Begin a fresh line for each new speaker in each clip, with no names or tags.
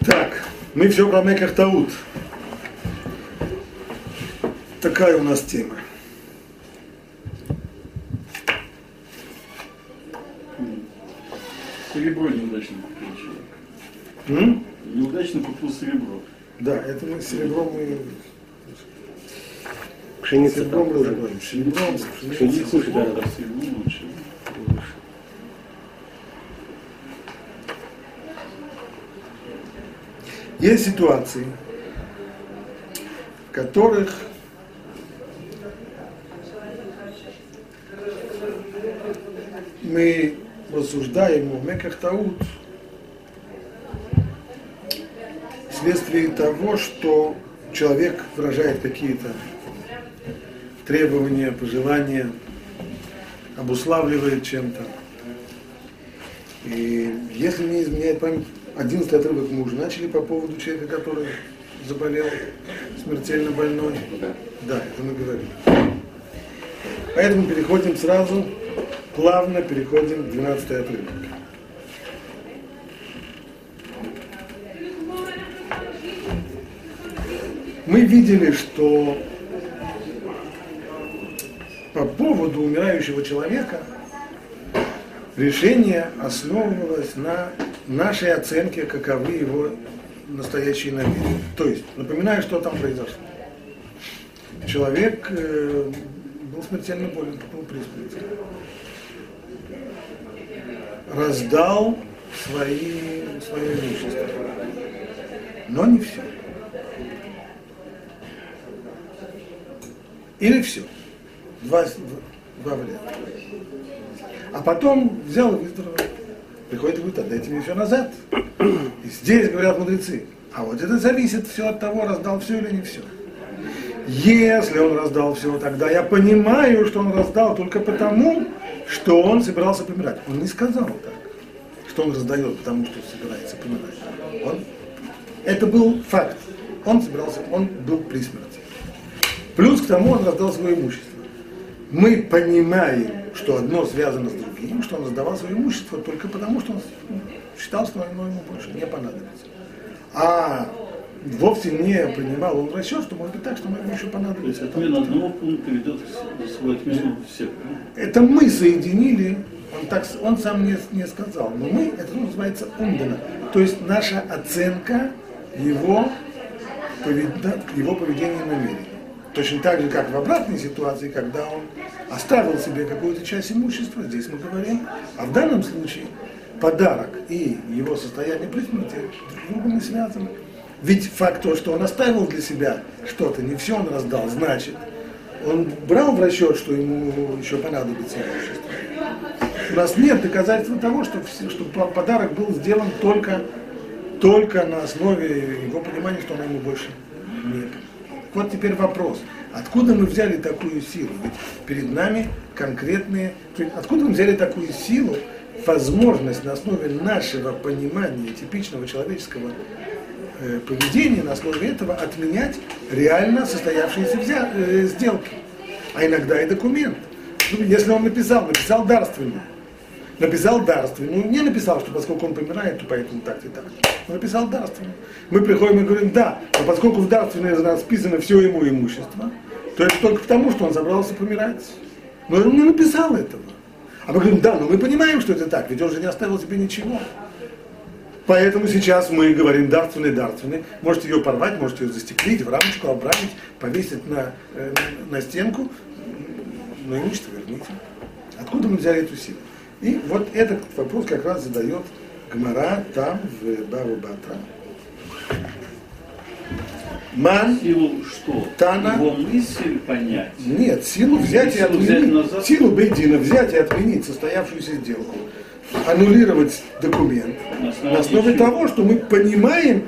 Так, мы все про Меках Таут. Такая у нас тема.
Серебро неудачно купил человек. Неудачно купил серебро.
Да, это мы серебром мы...
Пшеница
Серебром
там,
разговариваем. Серебром,
пшеницу
Да,
да.
серебро лучше.
Есть ситуации, в которых мы рассуждаем о Меках Таут вследствие того, что человек выражает какие-то требования, пожелания, обуславливает чем-то. И если не изменяет память, 11-й отрывок мы уже начали по поводу человека, который заболел, смертельно больной. Да, это мы говорили. Поэтому переходим сразу, плавно переходим к 12-й отрывок. Мы видели, что по поводу умирающего человека решение основывалось на нашей оценке, каковы его настоящие намерения. То есть, напоминаю, что там произошло. Человек был смертельно болен, был при смерти. Раздал свое имущество. Но не все. Или все. Два варианта. А потом взял и выздоровел. Приходит и говорит, отдайте мне все назад. И здесь говорят мудрецы, а вот это зависит все от того, раздал все или не все. Если он раздал все, тогда я понимаю, что он раздал только потому, что он собирался помирать. Он не сказал так, что он раздает, потому что собирается помирать. Это был факт. Он был при смерти. Плюс к тому он раздал свое имущество. Мы понимаем, что одно связано с другим, что он раздавал свое имущество только потому, что он считал, что оно ему больше не понадобится. А вовсе не принимал он в расчет, что может быть так, что ему еще понадобится.
То есть отмена одного пункта ведет к свою отмену всех.
Это мы соединили, он сам не сказал, но мы, это называется умдана. То есть наша оценка его поведения и намерений. Точно так же, как в обратной ситуации, когда он оставил себе какую-то часть имущества, здесь мы говорим, а в данном случае подарок и его состояние при смерти друг с другом не связаны. Ведь факт того, что он оставил для себя что-то, не все он раздал, значит, он брал в расчет, что ему еще понадобится имущество. У нас нет доказательства того, что подарок был сделан только на основе его понимания, что он ему больше не. Вот теперь вопрос, откуда мы взяли такую силу? Ведь перед нами откуда мы взяли такую силу, возможность на основе нашего понимания типичного человеческого поведения, на основе этого отменять реально состоявшиеся сделки, а иногда и документ. Если он написал дарственную, не написал, что поскольку он помирает, то поэтому так и так. Он написал дарственную. Мы приходим и говорим, да, но поскольку в дарственной расписано все ему имущество, то это только потому, что он собрался помирать. Но он не написал этого. А мы говорим, да, но мы понимаем, что это так, ведь он же не оставил себе ничего. Поэтому сейчас мы говорим дарственный. Можете ее порвать, можете ее застеклить, в рамочку обравить, повесить на стенку, но имущество верните. Откуда мы взяли эту силу? И вот этот вопрос как раз задает Гмара там, в Бава Батра.
Силу что?
Тана.
Его мысль понять?
Нет, силу взять и отменить. Силу Бейдина взять и отменить состоявшуюся сделку. Аннулировать документ на основе того, что мы понимаем,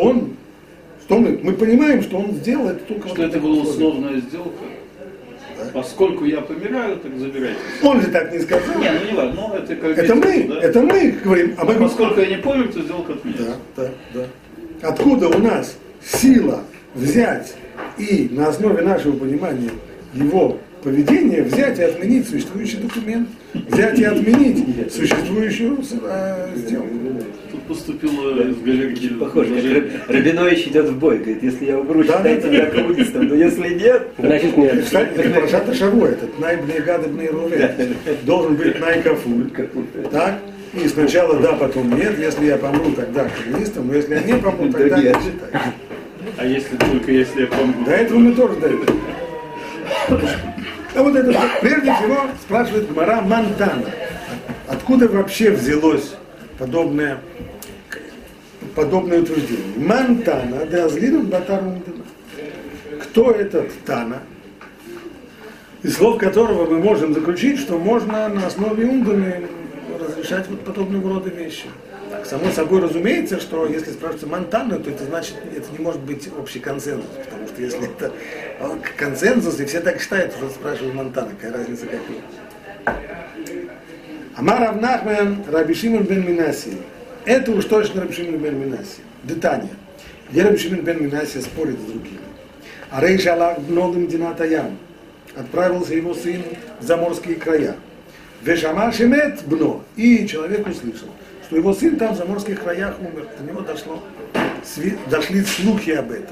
мы понимаем, что он сделал это только...
Что это была условная сделка? Да. Поскольку я помираю, так забирайте.
Он же так не сказал.
Не, ну не важно, но это как
это мы говорим.
А поскольку я не помню, то сделка отменяется.
Да. Откуда у нас сила взять и на основе нашего понимания его поведения взять и отменить существующий документ, взять и отменить существующую сделку?
поступила из галерки.
Похоже, как Рабинович идет в бой, говорит, если я умру, считайте меня коммунистом, но если нет,
значит нет. Кстати, это Парашат Шавуа, этот най-блегадыбный рувет. Должен быть най-кафуль. Так? И сначала да, потом нет. Если я помру, тогда коммунистом, но если я не помру, тогда не считай.
А если только если я помру?
До этого мы тоже дойдем. А вот это, прежде всего, спрашивает Гмара Мантана. Откуда вообще взялось подобное утверждение? Мантана, Деазлинов Батар Умдана. Кто этот Тана? Из слов которого мы можем заключить, что можно на основе Умданы разрешать вот подобного рода вещи. Так, само собой разумеется, что если спрашивается Мантана, то это значит, это не может быть общий консенсус, потому что если это консенсус, и все так считают, что спрашивают Мантана, какая разница какая. Амар Рав Нахман Раби Шимон бен Минаси. Это уж точно Раби Шимон бен Минаси. Детание. Где Раби Шимон бен Минаси спорит с другими. А Рей Шалах бно Мединат Аям. Отправился его сын в заморские края. Вешама Шемет бно. И человек услышал, что его сын там в заморских краях умер. До него дошли слухи об этом.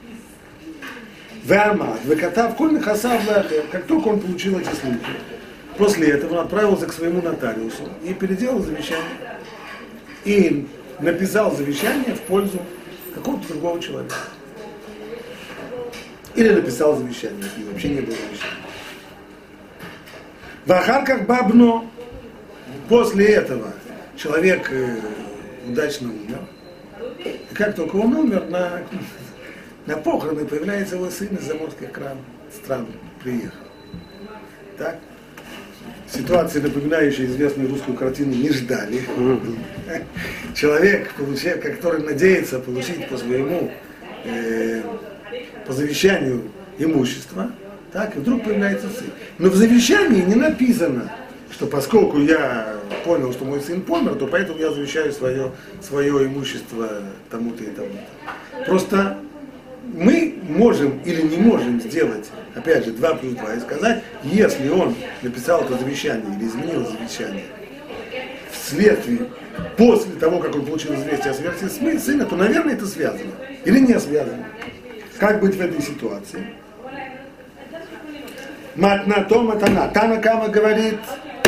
Веамад, векатав кольный хасав лахер. Как только он получил эти слухи, после этого он отправился к своему нотариусу и переделал завещание. И написал завещание в пользу какого-то другого человека. Или написал завещание, если вообще не было завещания. В Ахарках Бабно, после этого человек удачно умер. И как только он умер, на похороны появляется его сын из заморских стран приехал. Так? Ситуации, напоминающие известную русскую картину, не ждали. Человек, который надеется получить по своему, по завещанию имущество, так, и вдруг появляется сын. Но в завещании не написано, что поскольку я понял, что мой сын помер, то поэтому я завещаю свое имущество тому-то и тому-то. Просто мы можем или не можем сделать, опять же, 2 плюс 2 и сказать, если он написал это завещание или изменил завещание вследствие, после того, как он получил известие о смерти сына, то, наверное, это связано. Или не связано. Как быть в этой ситуации? Матна Тома Тана. Тана Кама говорит,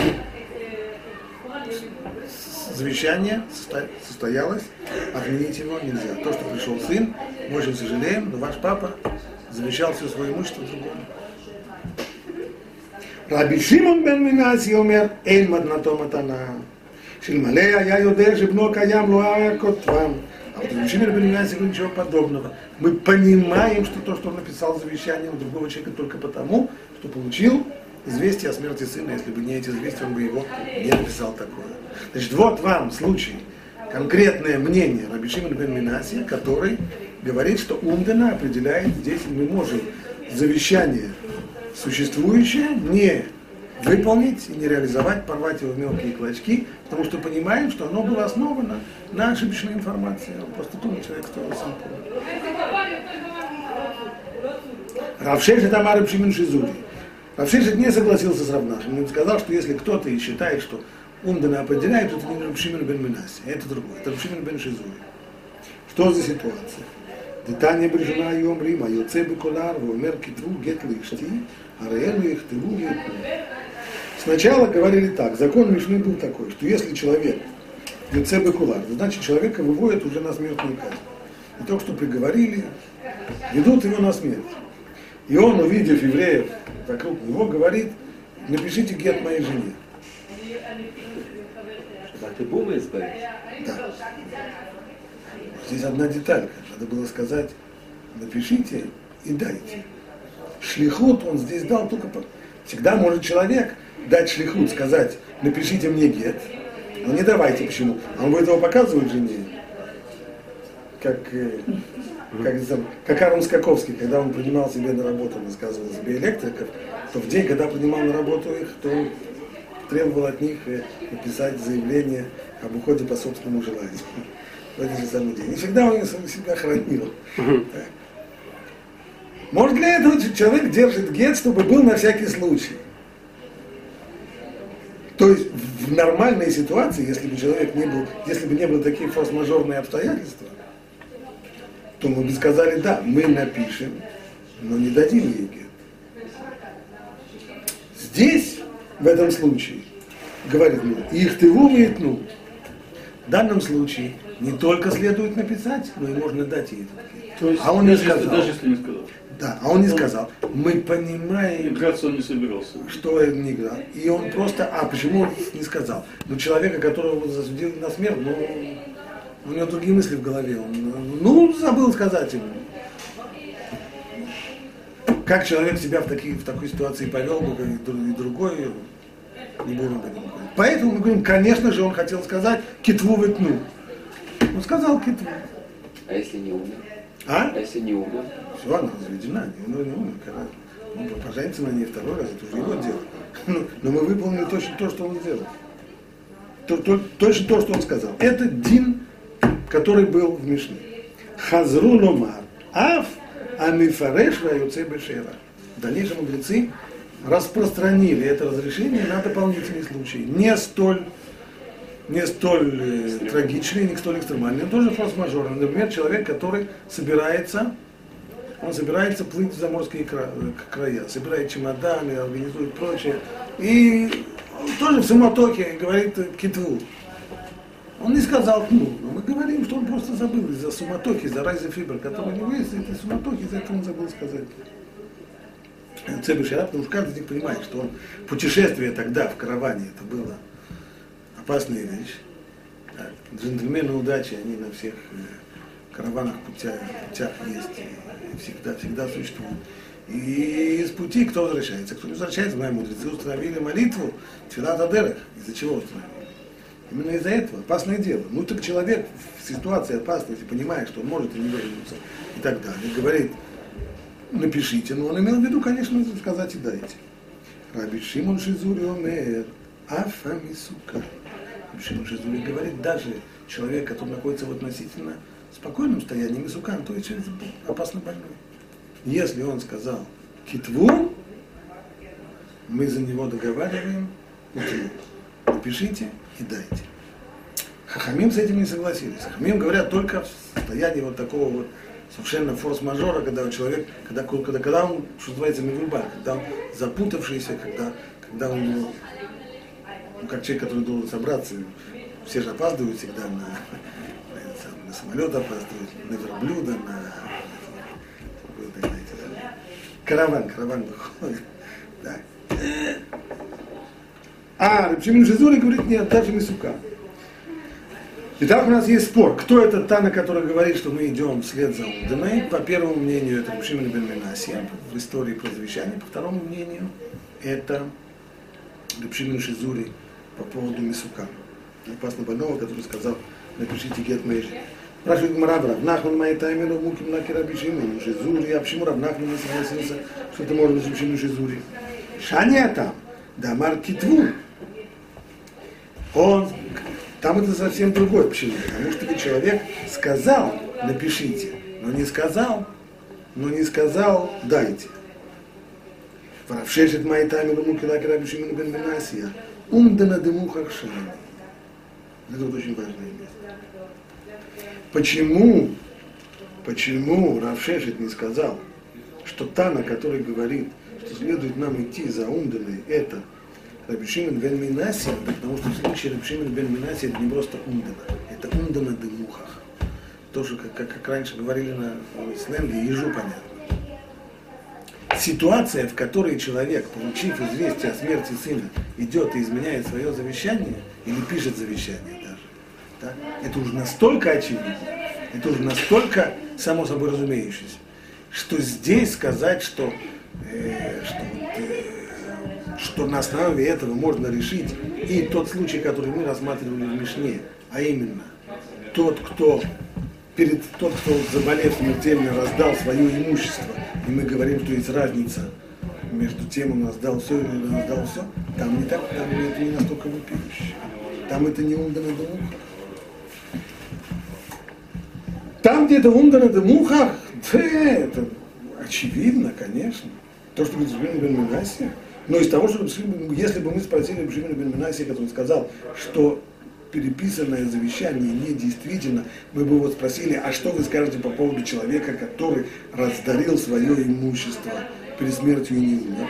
завещание состоялось, отменить его нельзя. То, что пришел сын, мы очень сожалеем, но ваш папа завещал все свое имущество другому. Раби Шимон бен Минаси умер, эйн матна Тома Тана. Шильмалея я юдея жибно каям луая котвам. А вот Раби Шимон бен Минаси говорит ничего подобного. Мы понимаем, что то, что он написал завещание у другого человека только потому, что получил известие о смерти сына. Если бы не эти известия, он бы его не написал такое. Значит, вот вам случай, конкретное мнение Раби Шимон бен Минаси, который говорит, что Умдана определяет, здесь мы можем завещание существующее не выполнить и не реализовать, порвать его в мелкие клочки, потому что понимаем, что оно было основано на ошибочной информации. Он просто думал, человек строил сам помнит. Рав Шешет Амар Рав Шимон Шизури. Рав Шешет не согласился с Рав Нахманом. Он сказал, что если кто-то и считает, что Умдана определяет, то это не Рав Шимон бен Минаси, это другое. Это Рав Шимон бен Шизури. Что за ситуация? Детание брежена и омрим, а йоце беколар, вомер китву гет лишти, а реэлу их тыву гет. Сначала говорили так, закон Мишны был такой, что если человек йоце беколар, значит человека выводят уже на смертную казнь. И только что приговорили, ведут его на смерть. И он, увидев евреев вокруг него, говорит, напишите гет моей жене.
А ты Бума избавишь?
Да. Здесь одна деталька. Надо было сказать, напишите и дайте. Шлихут он здесь дал только... Всегда может человек дать шлихут, сказать, напишите мне гет, но не давайте. Почему? А он будет его показывать жене. Как Арон Скаковский, когда он принимал себе на работу, рассказывал себе электриков, то в день, когда принимал на работу их, то он требовал от них написать заявление об уходе по собственному желанию. В этот же самый день. Не всегда он себя хранил. Может, для этого человек держит гет, чтобы был на всякий случай. То есть в нормальной ситуации, если бы человек не был, если бы не было такие форс-мажорные обстоятельства, то мы бы сказали, да, мы напишем, но не дадим ей гет. Здесь, в этом случае, говорит мне, их ты выметнул. В данном случае не только следует написать, но и можно дать ей этот гет.
То есть,
а он не сказал.
Даже если не сказал.
Да, а он не сказал. Мы понимаем,
Играться он не собирался.
что это не игра. И он просто, почему он не сказал? Ну, человека, которого засудили на смерть, у него другие мысли в голове. Он, забыл сказать ему. Как человек себя в такой ситуации повел бы, и другой, не будем об этом говорить. Поэтому мы говорим, конечно же, он хотел сказать китву ветну. Он сказал китву.
А если не умер?
А
если не умер?
Все, она разведена, не умер. Пожениться на ней второй раз, это уже его дело. Но мы выполнили точно то, что он сделал. Точно то, что он сказал. Это дин, который был в Мишне. Хазру ломар, аф амифареш ваюце бешера. В дальнейшем мудрецы распространили это разрешение на дополнительные случаи. Не столь трагичные, не столь экстремальные, но тоже форс-мажорные. Например, человек, который собирается плыть в заморские края, собирает чемоданы, организует прочее, и тоже в суматохе говорит китву. Он не сказал кну, но мы говорим, что он просто забыл из-за суматохи, из-за райза фибр, который у него есть, этой суматохи, из-за этого он забыл сказать. Цебешера, потому что каждый из них понимает, что путешествие тогда в караване, это было опасная вещь. Джентльмены удачи, они на всех караванах, путях есть, всегда существуют. И из пути кто возвращается? Кто не возвращается, знаем, мудрецы установили молитву Тфилат ха-Дерех. Из-за чего установили? Именно из-за этого. Опасное дело. Ну так человек в ситуации опасности понимает, что он может и не вернуться и так далее. Говорит, напишите, но он имел в виду, конечно, сказать и дайте. Раби Шимон Шизури омер, афамисука. Раби Шимон Шизури говорит, даже человек, который находится в относительно спокойном состоянии, мисукан, то есть опасно больной. Если он сказал китву, мы за него договариваем, напишите и дайте. Хахамим с этим не согласились. Хахамим говорят только в состоянии вот такого вот совершенно форс-мажора, когда человек, когда он, что называется, мивульбар, когда он запутавшийся, когда он, как человек, который должен собраться, все же опаздывают всегда на самолет опаздывают, на верблюда, караван выходит. Да. Рабби Шимон Шизури говорит, нет, даже мисука. Итак, у нас есть спор. Кто этот Тана, который говорит, что мы идем вслед за Умденой? По первому мнению, это Рабби Шимон бен Менасия в истории про завещание. По второму мнению, это Рабби Шимон Шизури по поводу мисука. Опасно больного, который сказал, напишите гет моей жене. Спрашивает Гмара, Рав Нахман мои таймеры в муки мнаки Рабби Шимон Шизури. А почему Рав Нахман не согласился, что это может быть Рабби Шимон Шизури? Шания там, дамар китву. Там это совсем другое. Почему? Потому что человек сказал, напишите, но не сказал, дайте. Варавшешет мои таймеры в муки мнаки Рабби Шимон бен Менасия. Умдана демухах шани. Это вот очень важное место. Почему Рав Шешет не сказал, что Тана, который говорит, что следует нам идти за Умданой, это Рабби Шимон бен Менасия, потому что в случае Рабби Шимон бен Менасия это не просто Умдана, это Умдана демухах. Тоже, как раньше говорили на сленге, ежу понятно. Ситуация, в которой человек, получив известие о смерти сына, идет и изменяет свое завещание, или пишет завещание даже, да, это уже настолько очевидно, это уже настолько само собой разумеющееся, что здесь сказать, что на основе этого можно решить и тот случай, который мы рассматривали в Мишне, а именно тот, кто заболев смертельно, раздал свое имущество, и мы говорим, что есть разница между тем, он раздал все или он раздал все, там не так, там это не настолько вопиюще. Там это не Умдана демухах. Там, где это Умдана демухах, да, это очевидно, конечно. То, что говорит Рабби Шимон бен Менасия, Но из того, что если бы мы спросили Шимона бен Минасия, который сказал, что переписанное завещание недействительно, мы бы его спросили, а что вы скажете по поводу человека, который раздарил свое имущество перед смертью и не умер?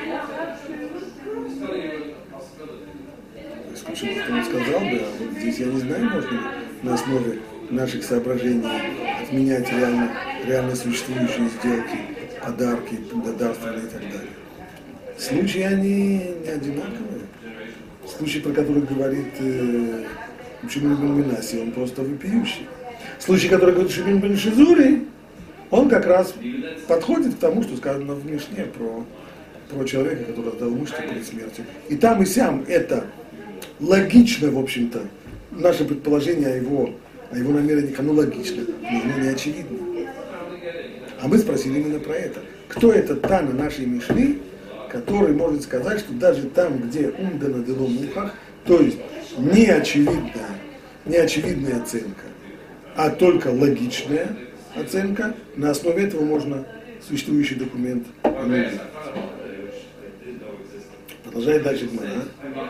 Исключительно, что он сказал бы, а вот здесь я не знаю, можно ли на основе наших соображений отменять реально существующие сделки, подарки, дарственные и так далее. Случаи они не одинаковые. Случай, про который говорит Шимон бен Минасия, он просто вопиющий. Случай, который говорит Шимон бен Шизури, он как раз подходит к тому, что сказано в Мишне про человека, который отдал имущество перед смертью. И там и сям это логично, в общем-то, наше предположение о его намерениях, оно логично, но оно не очевидно. А мы спросили именно про это. Кто это Тана нашей Мишны, который может сказать, что даже там, где умдана дело мухах, то есть не очевидная оценка, а только логичная оценка, на основе этого можно существующий документ аннулировать. Продолжает дальше Гмара.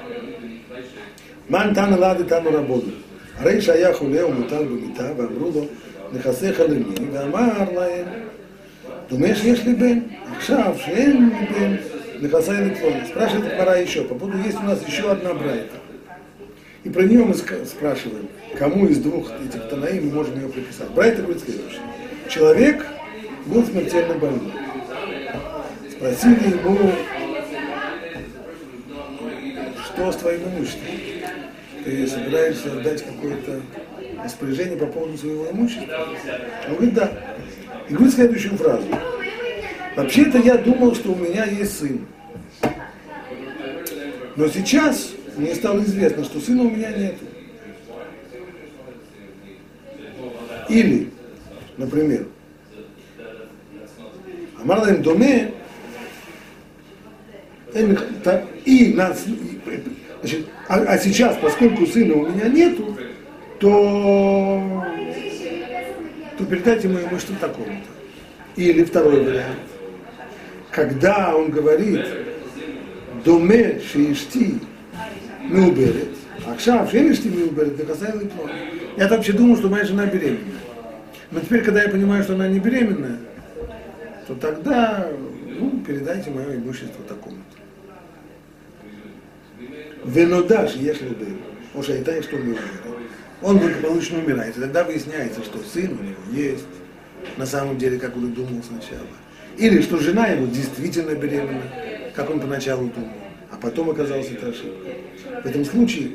Ман тана лады тану работу. Рей шаяху леу мутал бемита, вамрудо, нехасеха леми, вамар лаем. Думаешь, если бен, ахшав, шеен бен, нехасай леплон. Спрашивает Гмара еще, по поводу есть у нас еще одна брайта. И про нее мы спрашиваем, кому из двух этих танаим мы можем ее приписать. Брайта говорит следующее. Человек был смертельно больной. Спросили ему, что с твоим имуществом? Ты собираешься отдать какое-то распоряжение по поводу своего имущества? Он говорит, да. И говорит следующую фразу. Вообще-то я думал, что у меня есть сын. Но сейчас мне стало известно, что сына у меня нет. Или, например, Амарлаем доме, и нас, значит, а сейчас, поскольку сына у меня нету, то передайте ему имущество такому-то. Или второй вариант. Когда он говорит доме шиишти миуберет, ахшав шиишти миуберет, дехасай липлон. Я вообще думал, что моя жена беременна. Но теперь, когда я понимаю, что она не беременная, то тогда передайте мое имущество такому-то. Венодаш, если бы, он шайтай, что умирает. Он благополучно умирает. И тогда выясняется, что сын у него есть, на самом деле, как он и думал сначала. Или что жена его действительно беременна, как он поначалу думал, а потом оказалась это ошибка. В этом случае,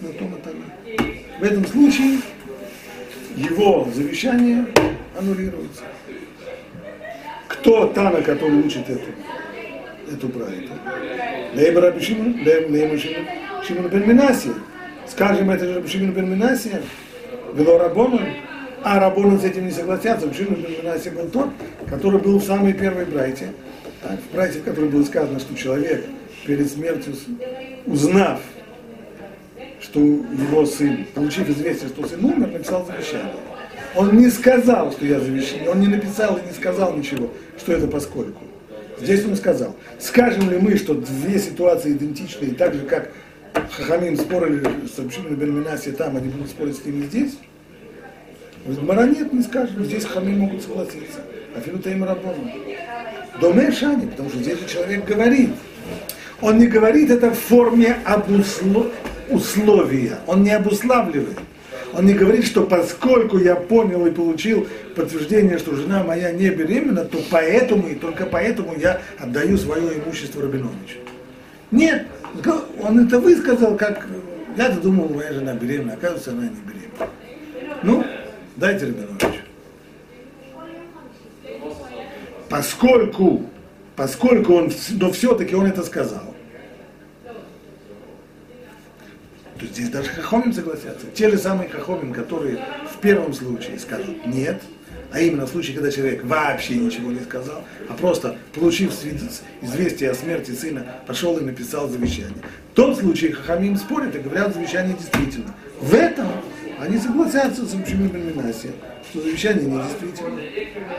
в этом случае его завещание аннулируется. Кто Тана, который учит эту брайту? Лейба Раби Шимон бен Минасия. Скажем, это же Раби Шимон бен Минасия, вело Рабонан, а Рабонан с этим не согласятся. Раби Шимон бен Минасия был тот, который был в самой первой брайте. Так, в брайте, в которой было сказано, что человек перед смертью, узнав, что его сын, получив известие, что сын умер, написал завещание. Он не сказал, что я завещание, он не написал и не сказал ничего, что это поскольку. Здесь он сказал, скажем ли мы, что две ситуации идентичны, и так же, как Хахамим спорили с Шимоном бен Минасия там, они будут спорить с ними здесь? Гмара нет, не скажем, здесь Хахамим могут согласиться. А филутаим рабону. Доме шани, потому что здесь же человек говорит. Он не говорит это в форме условия, он не обуславливает. Он не говорит, что поскольку я понял и получил подтверждение, что жена моя не беременна, то поэтому и только поэтому я отдаю свое имущество Рабиновичу. Нет, он это высказал, как я-то думал, моя жена беременна, оказывается, она не беременна. Ну, дайте Рабиновичу. Поскольку он, но все-таки он это сказал, то здесь даже хахомим согласятся. Те же самые хахомим, которые в первом случае скажут нет, а именно в случае, когда человек вообще ничего не сказал, а просто, получив известие о смерти сына, пошел и написал завещание. В том случае хахомим спорят и говорят, завещание действительно. В этом они согласятся с Шимоном бен Минасия, что завещание не действительно.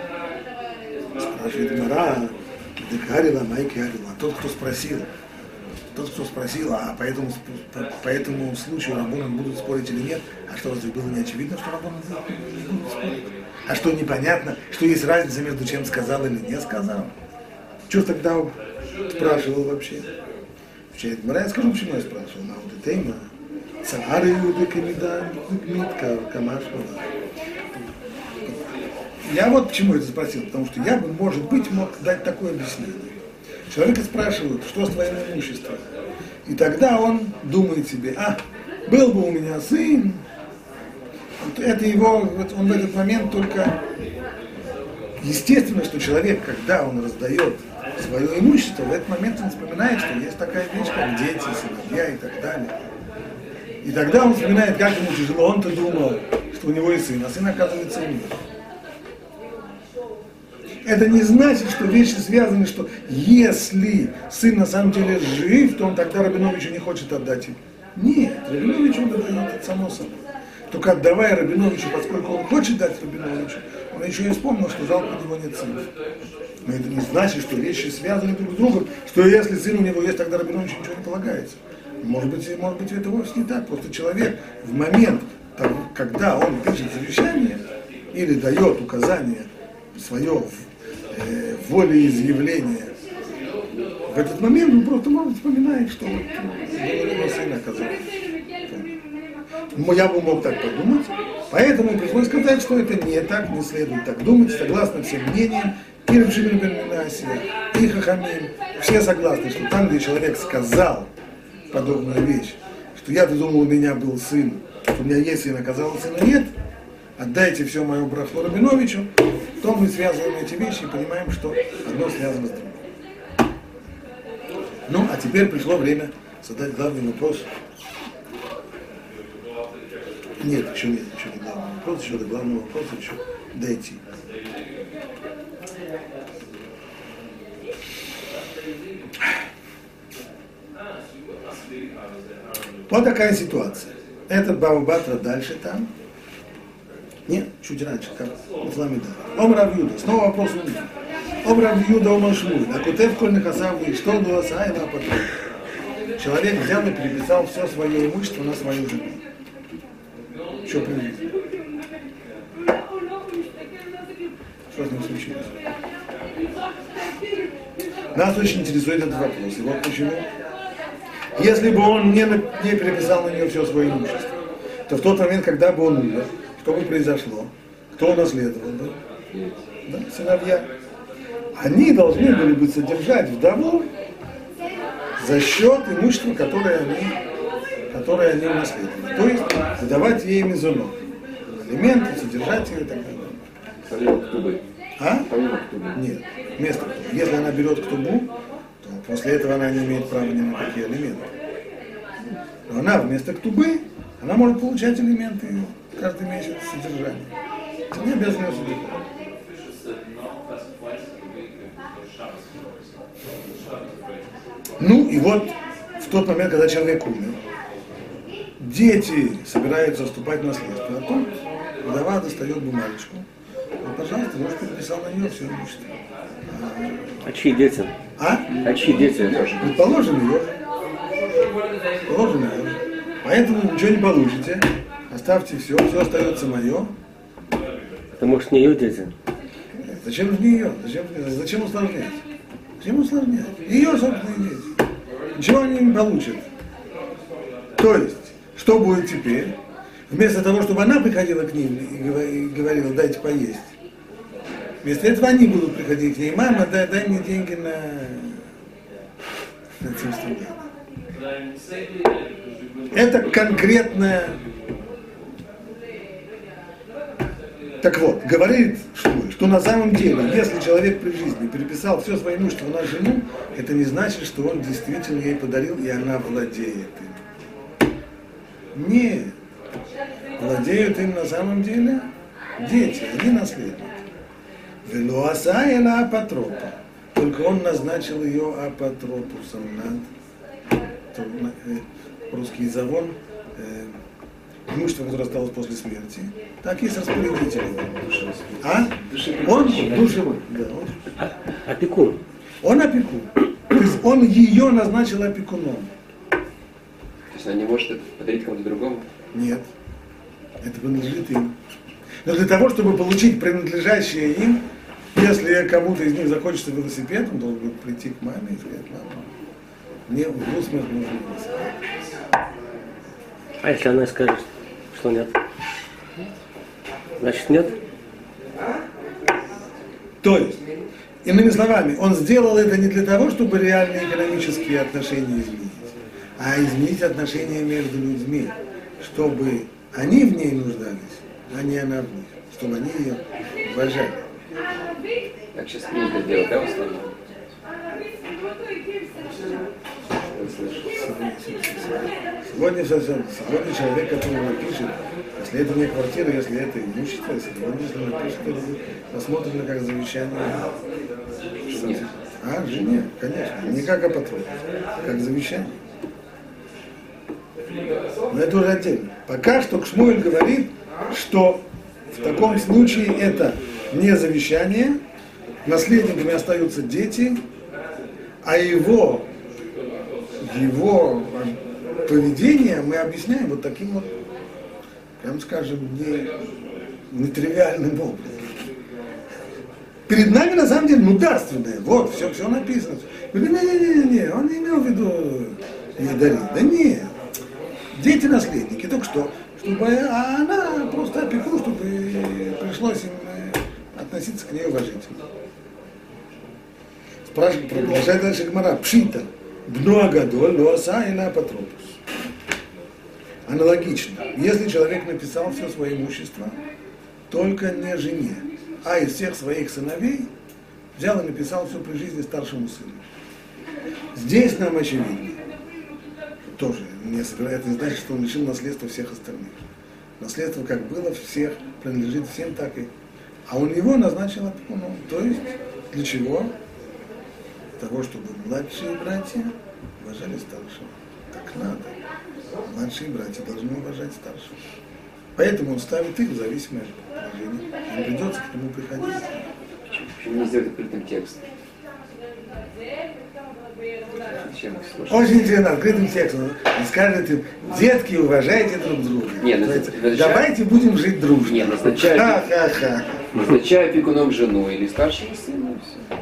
Спрашивает Гмара, тот, кто спросил, Тот, кто спросил, а по этому случаю раббаним будут спорить или нет, а что, разве было не очевидно, что раббаним не будут спорить? А что непонятно, что есть разница между чем сказал или не сказал? Что тогда он спрашивал вообще? Я скажу, почему я спрашивал. На вот этой тема. Цаар Иуда Камида Митка Камашвала. Я вот почему это спросил, потому что я бы, может быть, мог дать такое объяснение. Человека спрашивают, что с твоим имуществом. И тогда он думает себе, был бы у меня сын, это его, он в этот момент только... Естественно, что человек, когда он раздает свое имущество, в этот момент он вспоминает, что есть такая вещь, как дети, сыновья и так далее. И тогда он вспоминает, как ему тяжело, он-то думал, что у него есть сын, а сын, оказывается, умер. Это не значит, что вещи связаны, что если сын на самом деле жив, то он тогда Рабиновичу не хочет отдать им. Нет, Рабиновичу он отдает, это само собой. Только отдавая Рабиновичу, поскольку он хочет дать Рабиновичу, он еще и вспомнил, что жалко у него нет сына. Но это не значит, что вещи связаны друг с другом, что если сын у него есть, тогда Рабиновичу ничего не полагается. Может быть, это вовсе не так. Просто человек в момент, когда он пишет завещание или дает указание свое волеизъявление, в этот момент он просто может вспоминать, что вот его сын оказался. Я бы мог так подумать, поэтому пришлось сказать, что это не так, не следует так думать, согласно всем мнениям, и Рав Шимон бен Минасия, и Хахамим, все согласны, что там, где человек сказал подобную вещь, что я-то думал, у меня был сын, что у меня есть сын, оказалось, сына нет, отдайте все мое браху Рабиновичу, то мы связываем эти вещи и понимаем, что одно связано с другим. Ну, а теперь пришло время задать главный вопрос. Нет, еще не главный вопрос, еще до главного вопроса еще дойти. Вот такая ситуация. Этот Бава Батра дальше там. Нет, чуть раньше, как Фламида. Ом Рав Юда, снова вопрос у меня. Ом Рав Юда, Ом Шмуль, Акутев Коль Хасав, и что было Сайна потом. Человек взял и переписал все свое имущество на свою жену. Что привезли? Что с ним случилось? Нас очень интересует этот вопрос. И вот почему. Если бы он не переписал на нее все свое имущество, то в тот момент, когда бы он умер, что бы произошло? Кто унаследовал бы? Да, сыновья. Они должны были бы содержать вдову за счет имущества, которое они унаследовали. То есть выдавать ей мезонот. Алименты, содержать ее и так далее.
Помимо ктубы.
Помимо ктубы? Нет, вместо ктубы. Если она берет ктубу, то после этого она не имеет права ни на какие алименты. Но она вместо ктубы, она может получать алименты каждый месяц содержания. Это не обязательно содержать. Ну и вот в тот момент, когда человек умер, дети собираются вступать в наследство, а тут вдова достает бумажечку. Вот, пожалуйста, может, переписал на нее все имущество.
А чьи дети? А чьи дети?
Предположим, ее. Положено ее. Поэтому ничего не получите. Оставьте все остается мое.
Это может не ее дети?
Зачем же не ее? Зачем усложнять? Зачем усложнять? Ее собственные дети. Ничего они не получат. То есть, что будет теперь? Вместо того, чтобы она приходила к ним и говорила, дайте поесть, вместо этого они будут приходить к ней, мама, дай мне деньги на 700 рублей. Это конкретное. Так вот, говорит Шмуль, что на самом деле, если человек при жизни переписал все свое имущество на жену, это не значит, что он действительно ей подарил, и она владеет им. Нет. Владеют им на самом деле дети, они наследники. Велуаса и на апотропа. Только он назначил ее апотропусом над русский завон, имущество, которое осталось после смерти. Так есть распорядитель. Он душевой. Да,
опекун.
Он опекун. То есть он ее назначил опекуном.
То есть она не может это подарить кому-то другому?
Нет. Это принадлежит им. Но для того, чтобы получить принадлежащее им, если кому-то из них захочется велосипед, он должен будет прийти к маме и сказать: мама, мне в Гусмах нужен велосипед.
А если она скажет, что нет? Значит, нет?
То есть, иными словами, он сделал это не для того, чтобы реальные экономические отношения изменить, а изменить отношения между людьми, чтобы они в ней нуждались, а не она в них, чтобы они ее уважали.
Так сейчас принято делать, да, в основном?
Сегодня человек, который напишет, если это не квартира, если это имущество, если он напишет, это будет рассмотрено как завещание.
Нет.
Жене, конечно, не как апотрон, как завещание. Но это уже отдельно. Пока что Шмуэль говорит, что в таком случае это не завещание, наследниками остаются дети, а его поведение мы объясняем вот таким вот, прям скажем, нетривиальным образом. Перед нами на самом деле дарственное. Вот, все написано. Не, он не имел в виду ей дарить. Да нет. Дети наследники, только что, чтобы она просто опекун, чтобы пришлось им относиться к ней уважительно. Спрашивает, продолжает дальше Гмара. Пшита. Бну агадоль, лоаса или апотропус. Аналогично. Если человек написал все свое имущество, только не жене, а из всех своих сыновей взял и написал все при жизни старшему сыну. Здесь нам очевидно. Тоже это не значит, что он лишил наследства всех остальных. Наследство как было, всех принадлежит всем, так и. А он его назначил опекуном. То есть для чего? Для того, чтобы младшие братья уважали старшего. Так надо. Младшие братья должны уважать старшего. Поэтому он ставит их в зависимое положение. Им придется к нему приходить.
Почему не сделать открытым текстом?
Очень интересно, открытым текстом. Он скажет им: детки, уважайте друг друга. Давайте будем жить дружно.
Нет, назначаю опекуном жену или старшего сына,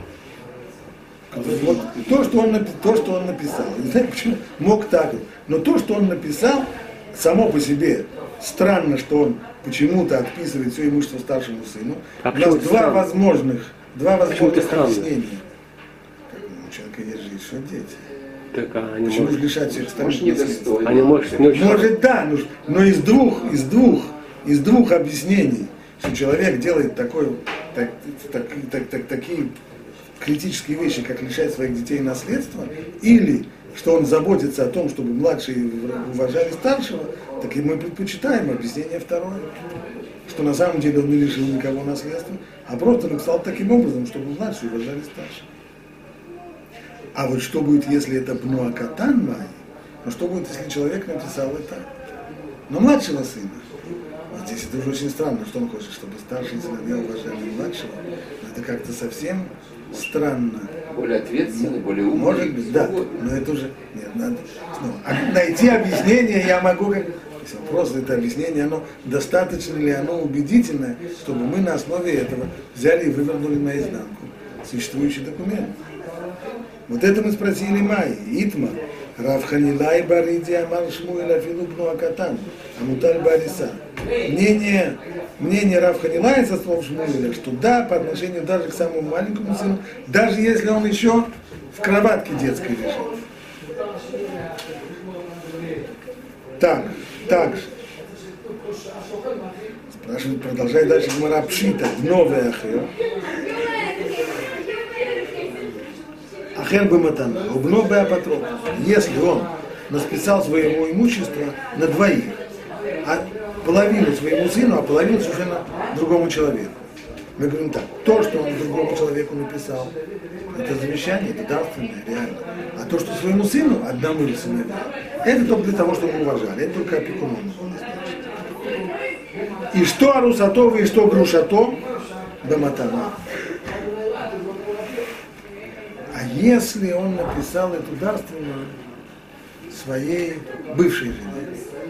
и все.
Вот то, что он написал. Не знаю, почему мог так. Но то, что он написал, само по себе странно, что он почему-то отписывает все имущество старшему сыну. У нас два возможных объяснения. У человека есть же еще дети.
Так,
почему же лишать всех остальных?
Они
может, да, но из двух объяснений, что человек делает такие критические вещи, как лишать своих детей наследства, или что он заботится о том, чтобы младшие уважали старшего, так и мы предпочитаем объяснение второе, что на самом деле он не лишил никого наследства, а просто написал таким образом, чтобы младшие уважали старшего. А вот что будет, если это бнуа катан май? Но что будет, если человек написал это на младшего сына? Вот здесь это уже очень странно, что он хочет, чтобы старшие сыновья уважали младшего. Но это как-то совсем странно.
Более ответственный, более умный.
Может быть, да. Но это уже... Нет, надо снова. Найти объяснение я могу как... Вопрос, это объяснение, оно достаточно ли оно убедительное, чтобы мы на основе этого взяли и вывернули наизнанку существующий документ. Вот это мы спросили Майи. Итма. Рав Ханилай Бариди Амар Шмуэль Афилу Бну Акатан. Амуталь Бариса. Мнение Рав Ханилая со слов Шмуэля, что да, по отношению даже к самому маленькому сыну, даже если он еще в кроватке детской лежит. Так же. Спрашивает, продолжает дальше Гмара Пшита. Новый ахер. Ахер бы матана. Убно бы апотрон. Если он расписал своего имущества на двоих, а половину своему сыну, а половину совершенно другому человеку. Мы говорим так: то, что он другому человеку написал, это завещание, это дарственное, реально. А то, что своему сыну, одному из сыновей, это только для того, чтобы уважали, это только опекуном. И что арусатов, и что грушато, баматана. А если он написал эту дарственную своей бывшей жене?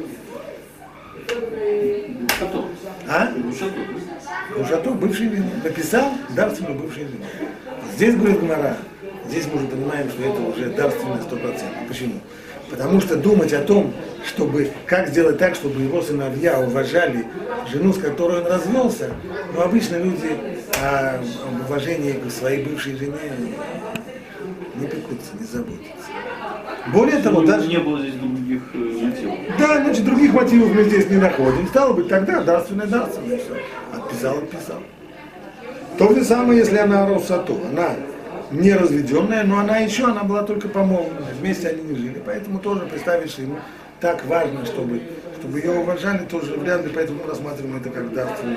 А? Ушато, бывшей жене. Написал дарственную бывшей жене. Здесь, говорит Гмара, здесь мы уже понимаем, что это уже дарственное 100%. Почему? Потому что думать о том, чтобы, как сделать так, чтобы его сыновья уважали жену, с которой он развелся, но обычно люди о уважении к своей бывшей жене не пекутся, не заботятся. Более того, даже
не было здесь других мотивов.
Да, значит, других мотивов мы здесь не находим. Стало быть, тогда дарственное, все. Отписал. То же самое, если она росату. Она не разведенная, но она была только помолвлена. Вместе они не жили. Поэтому тоже представить, что ему так важно, чтобы ее уважали, тоже вряд ли, поэтому мы рассматриваем это как дарственное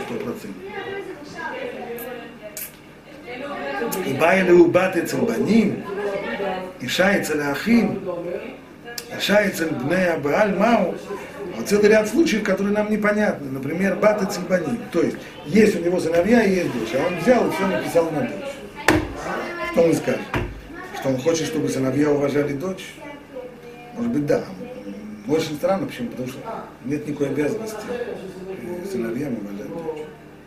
100%. И байли убаты цимбаним, и шайца ляхим, и шайца бнея бааль мау. Вот целый ряд случаев, которые нам непонятны. Например, баты цимбаним. То есть у него сыновья и есть дочь, а он взял и все написал на дочь. Что он скажет? Что он хочет, чтобы сыновья уважали дочь? Может быть, да. Очень странно, почему? Потому что нет никакой обязанности сыновьям уважать дочь.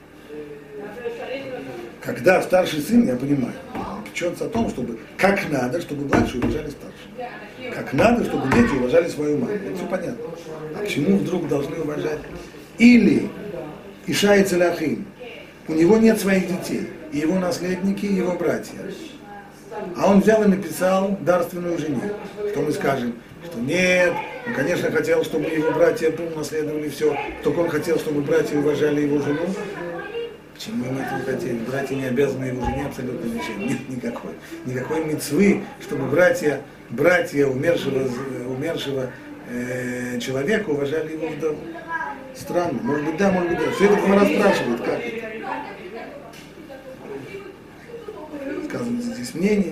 Когда старший сын, я понимаю, печется о том, чтобы как надо, чтобы младшие уважали старших. Как надо, чтобы дети уважали свою мать. Это все понятно. А почему вдруг должны уважать? Или Иша и Целяхим. У него нет своих детей. И его наследники, и его братья. А он взял и написал дарственную жене. Что мы скажем? Что нет, он, конечно, хотел, чтобы его братья наследовали все. Только он хотел, чтобы братья уважали его жену. Почему мы этого хотели? Братья не обязаны его жене абсолютно ничем. Нет никакой мицвы, чтобы братья умершего человека уважали его вдову. Странно. Может быть, да, может быть, да. Все это Гмара спрашивает, как это. Сказывается здесь мнение.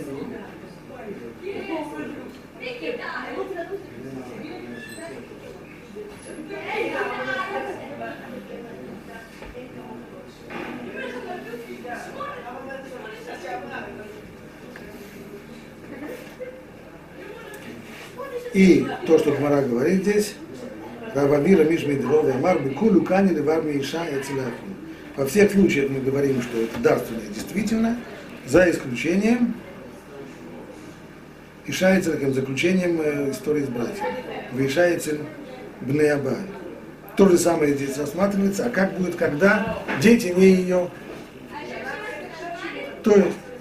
И то, что Гмара говорит здесь, Рававира Мишмидрова Амар Бекулю Канили Варми Иша и Целяхим. Во всех случаях мы говорим, что это дарственное действительно, за исключением Иша и Целяхим, за исключением истории с братьями. Иша и Цель Бнеябаль. То же самое здесь рассматривается, а как будет, когда дети не ее. То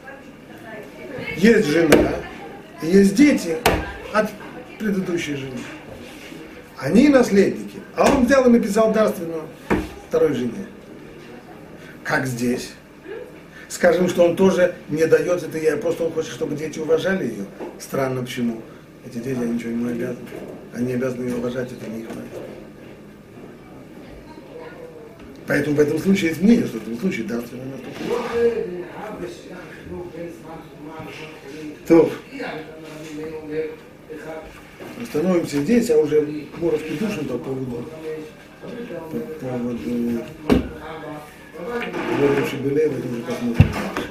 есть жена, и есть дети от предыдущей жены. Они наследники. А он взял и написал дарственную второй жене. Как здесь? Скажем, что он тоже не дает это ей, просто он хочет, чтобы дети уважали ее. Странно, почему? Эти дети, они ничего ему не обязаны. Они обязаны ее уважать, это не их мать. Поэтому в этом случае есть мнение, что в этом случае дарственная наступит. То. Остановимся здесь, а уже Моров Кедушин по поводу Шибелева, это уже посмотрим.